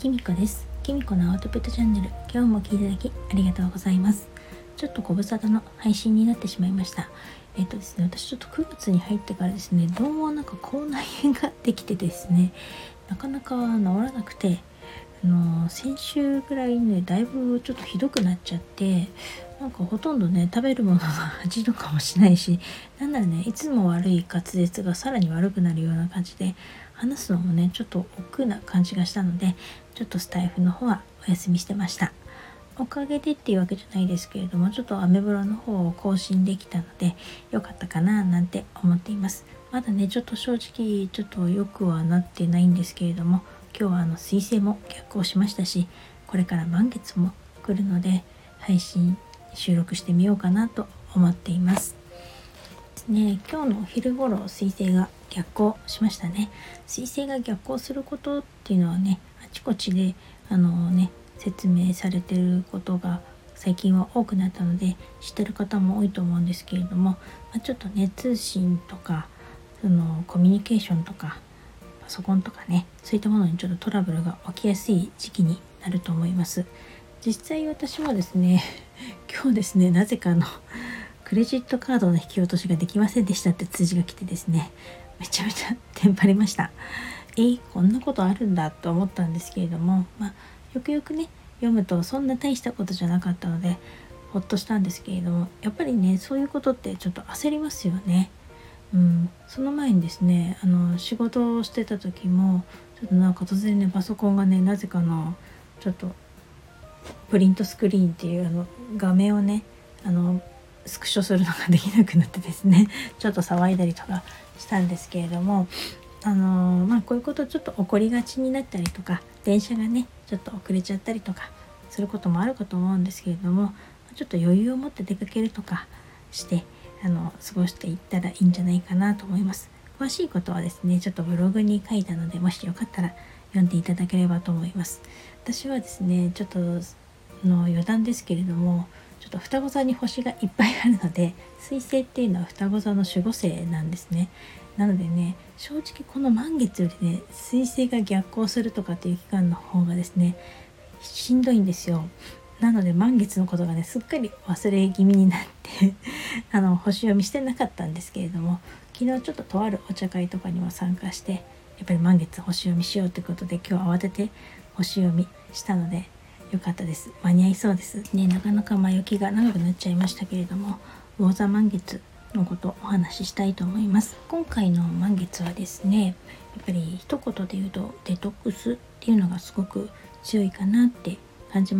きみこです。きみこのアウトプットチャンネル、今日も聞いていただきありがとうございます。ちょっとご無沙汰の配信になってしまいました。ですね、私ちょっと9月に入ってからですね、どうも口内炎ができてですね、なかなか治らなくて、先週ぐらいね、だいぶちょっとひどくなっちゃって、ほとんどね、食べるものが味とかもしないし、なんならね、いつも悪い滑舌がさらに悪くなるような感じで、話すのもね、ちょっと億劫な感じがしたので、ちょっとスタイフの方はお休みしてました。おかげでっていうわけじゃないですけれども、ちょっとアメブロの方を更新できたので、良かったかななんて思っています。まだね、ちょっと正直、ちょっと良くはなってないんですけれども、今日は彗星も逆行しましたし、これから満月も来るので、配信収録してみようかなと思っていますですね。今日のお昼頃彗星が逆行しましたね。彗星が逆行することっていうのはね、あちこちで説明されてることが最近は多くなったので知ってる方も多いと思うんですけれども、ちょっとね、通信とかコミュニケーションとかパソコンとかね、そういったものにちょっとトラブルが起きやすい時期になると思います。実際私もですね、今日ですね、なぜかクレジットカードの引き落としができませんでしたって通知が来てですね、めちゃめちゃテンパりました。こんなことあるんだと思ったんですけれども、よくよくね読むとそんな大したことじゃなかったのでほっとしたんですけれども、やっぱりね、そういうことってちょっと焦りますよね。その前にですね、仕事をしてた時もちょっと突然ね、パソコンがね、なぜかちょっとプリントスクリーンっていう画面をね、スクショするのができなくなってですね、ちょっと騒いだりとかしたんですけれども、こういうことちょっと起こりがちになったりとか、電車がねちょっと遅れちゃったりとかすることもあるかと思うんですけれども、ちょっと余裕を持って出かけるとかして過ごしていったらいいんじゃないかなと思います。詳しいことはですね、ちょっとブログに書いたので、もしよかったら読んでいただければと思います。私はですね、ちょっと余談ですけれども、ちょっと双子座に星がいっぱいあるので、水星っていうのは双子座の守護星なんですね。なのでね、正直この満月よりね、水星が逆行するとかっていう期間の方がですね、しんどいんですよ。なので満月のことがね、すっかり忘れ気味になって星読みしてなかったんですけれども、昨日ちょっととあるお茶会とかにも参加して、やっぱり満月星読みしようということで、今日慌てて星読みしたのでよかったです。間に合いそうですね。なかなか前置きが長くなっちゃいましたけれども、魚座満月のことをお話ししたいと思います。今回の満月はですね、やっぱり一言で言うとデトックスっていうのがすごく強いかなって感じます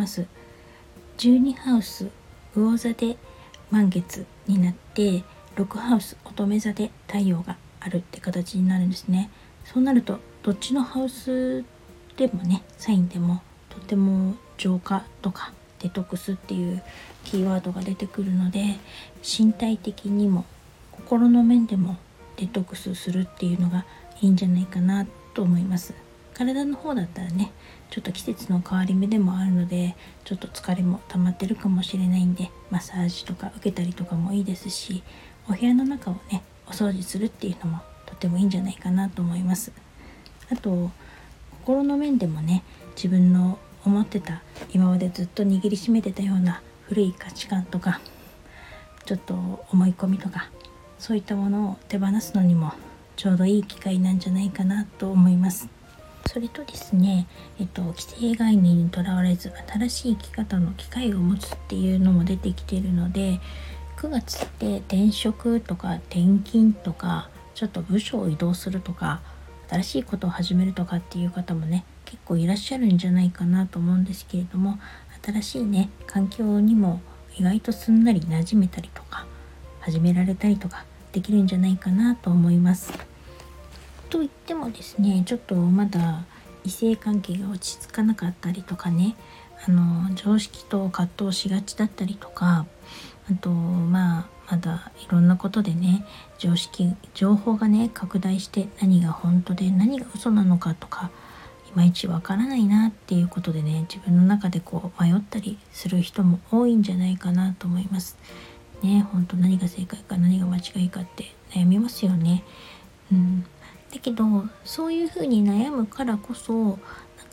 。12ハウス魚座で満月になって、6ハウス乙女座で太陽があるって形になるんですね。そうなるとどっちのハウスでもね、サインでもとても浄化とかデトックスっていうキーワードが出てくるので、身体的にも心の面でもデトックスするっていうのがいいんじゃないかなと思います。体の方だったらね、ちょっと季節の変わり目でもあるので、ちょっと疲れも溜まってるかもしれないんで、マッサージとか受けたりとかもいいですし、お部屋の中をねお掃除するっていうのもとてもいいんじゃないかなと思います。あと心の面でもね、自分の思ってた、今までずっと握りしめてたような古い価値観とか、ちょっと思い込みとか、そういったものを手放すのにもちょうどいい機会なんじゃないかなと思います。それとですね、既成概念にとらわれず新しい生き方の機会を持つっていうのも出てきているので、9月って転職とか転勤とか、ちょっと部署を移動するとか、新しいことを始めるとかっていう方もね、結構いらっしゃるんじゃないかなと思うんですけれども、新しいね環境にも意外とすんなり馴染めたりとか、始められたりとかできるんじゃないかなと思います。と言ってもですね、ちょっとまだ異性関係が落ち着かなかったりとかね、常識と葛藤しがちだったりとか、あとまだいろんなことでね、情報がね拡大して、何が本当で何が嘘なのかとかいまいちわからないなっていうことでね、自分の中で迷ったりする人も多いんじゃないかなと思いますね。本当何が正解か何が間違いかって悩みますよね。だけどそういうふうに悩むからこそ、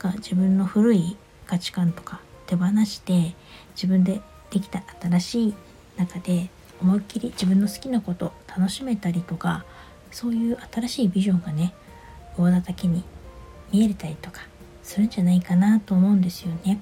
か自分の古い価値観とか手放して、自分でできた新しい中で思いっきり自分の好きなことを楽しめたりとか、そういう新しいビジョンがね大叩きに見えれたりとかするんじゃないかなと思うんですよね。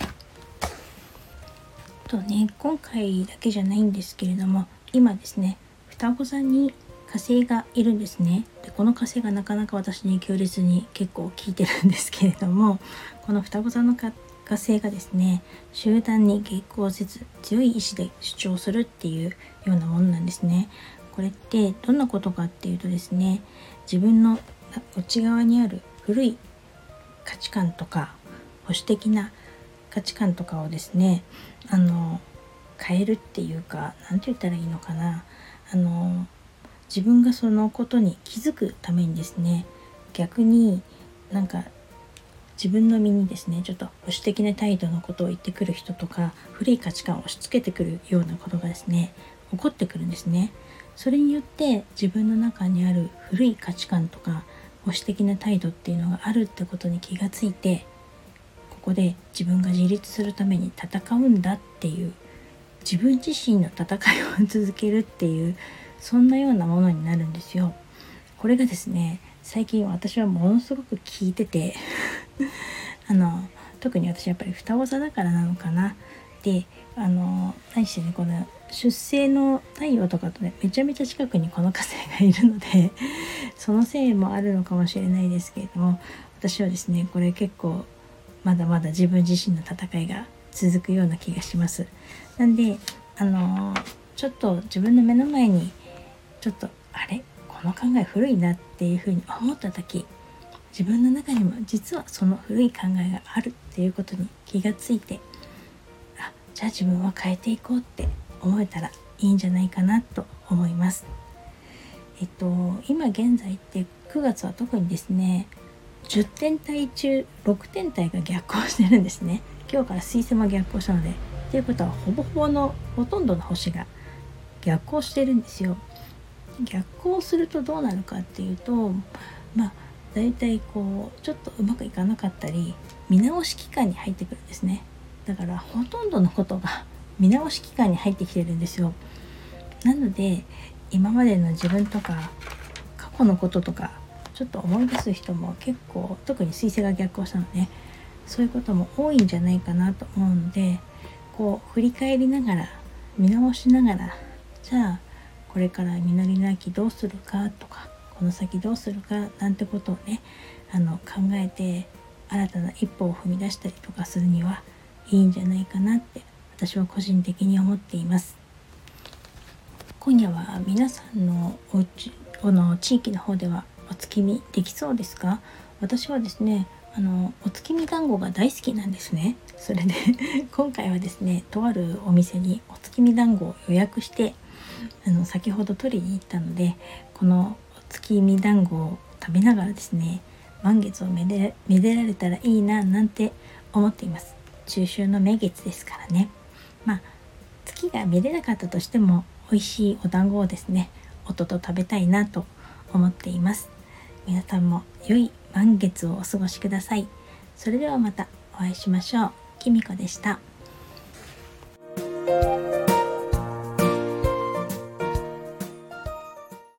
とね、今回だけじゃないんですけれども、今ですね双子座に火星がいるんですね。でこの火星がなかなか私に強烈に結構効いてるんですけれども、この双子座の火星がですね集団に激高せず強い意志で主張するっていうようなものなんですね。これってどんなことかっていうとですね、自分の内側にある古い価値観とか保守的な価値観とかをですね変えるっていうか、なんて言ったらいいのかな、自分がそのことに気づくためにですね、逆に自分の身にですねちょっと保守的な態度のことを言ってくる人とか、古い価値観を押し付けてくるようなことがですね起こってくるんですね。それによって自分の中にある古い価値観とか保守的な態度っていうのがあるってことに気がついて、ここで自分が自立するために戦うんだっていう、自分自身の戦いを続けるっていう、そんなようなものになるんですよ。これがですね最近私はものすごく効いてて特に私やっぱり双子座だからなのかな。で何してね、この出生の太陽とかとねめちゃめちゃ近くにこの火星がいるのでそのせいもあるのかもしれないですけれども、私はですねこれ結構まだまだ自分自身の戦いが続くような気がします。なんでちょっと自分の目の前にちょっとあれこの考え古いなっていうふうに思った時、自分の中にも実はその古い考えがあるっていうことに気がついて、じゃあ自分は変えていこうって思えたらいいんじゃないかなと思います。今現在って9月は特にですね10天体中6天体が逆行してるんですね。今日から水星も逆行したので、ということはほとんどの星が逆行してるんですよ。逆行するとどうなるかっていうと、だいたいちょっとうまくいかなかったり見直し期間に入ってくるんですね。だからほとんどのことが見直し期間に入ってきてるんですよ。なので今までの自分とか過去のこととかちょっと思い出す人も結構、特に水星が逆行したので、そういうことも多いんじゃないかなと思うので、振り返りながら見直しながら、じゃあこれから実りの秋どうするかとか、この先どうするかなんてことをね考えて新たな一歩を踏み出したりとかするにはいいんじゃないかなって私は個人的に思っています。今夜は皆さんのお家の地域の方ではお月見できそうですか？私はですねお月見団子が大好きなんですね。それで今回はですねとあるお店にお月見団子を予約して先ほど取りに行ったので、このお月見団子を食べながらですね満月をめでられたらいいななんて思っています。中秋の名月ですからね。月が見れなかったとしても美味しいお団子をですね夫と食べたいなと思っています。皆さんも良い満月をお過ごしください。それではまたお会いしましょう。きみこでした。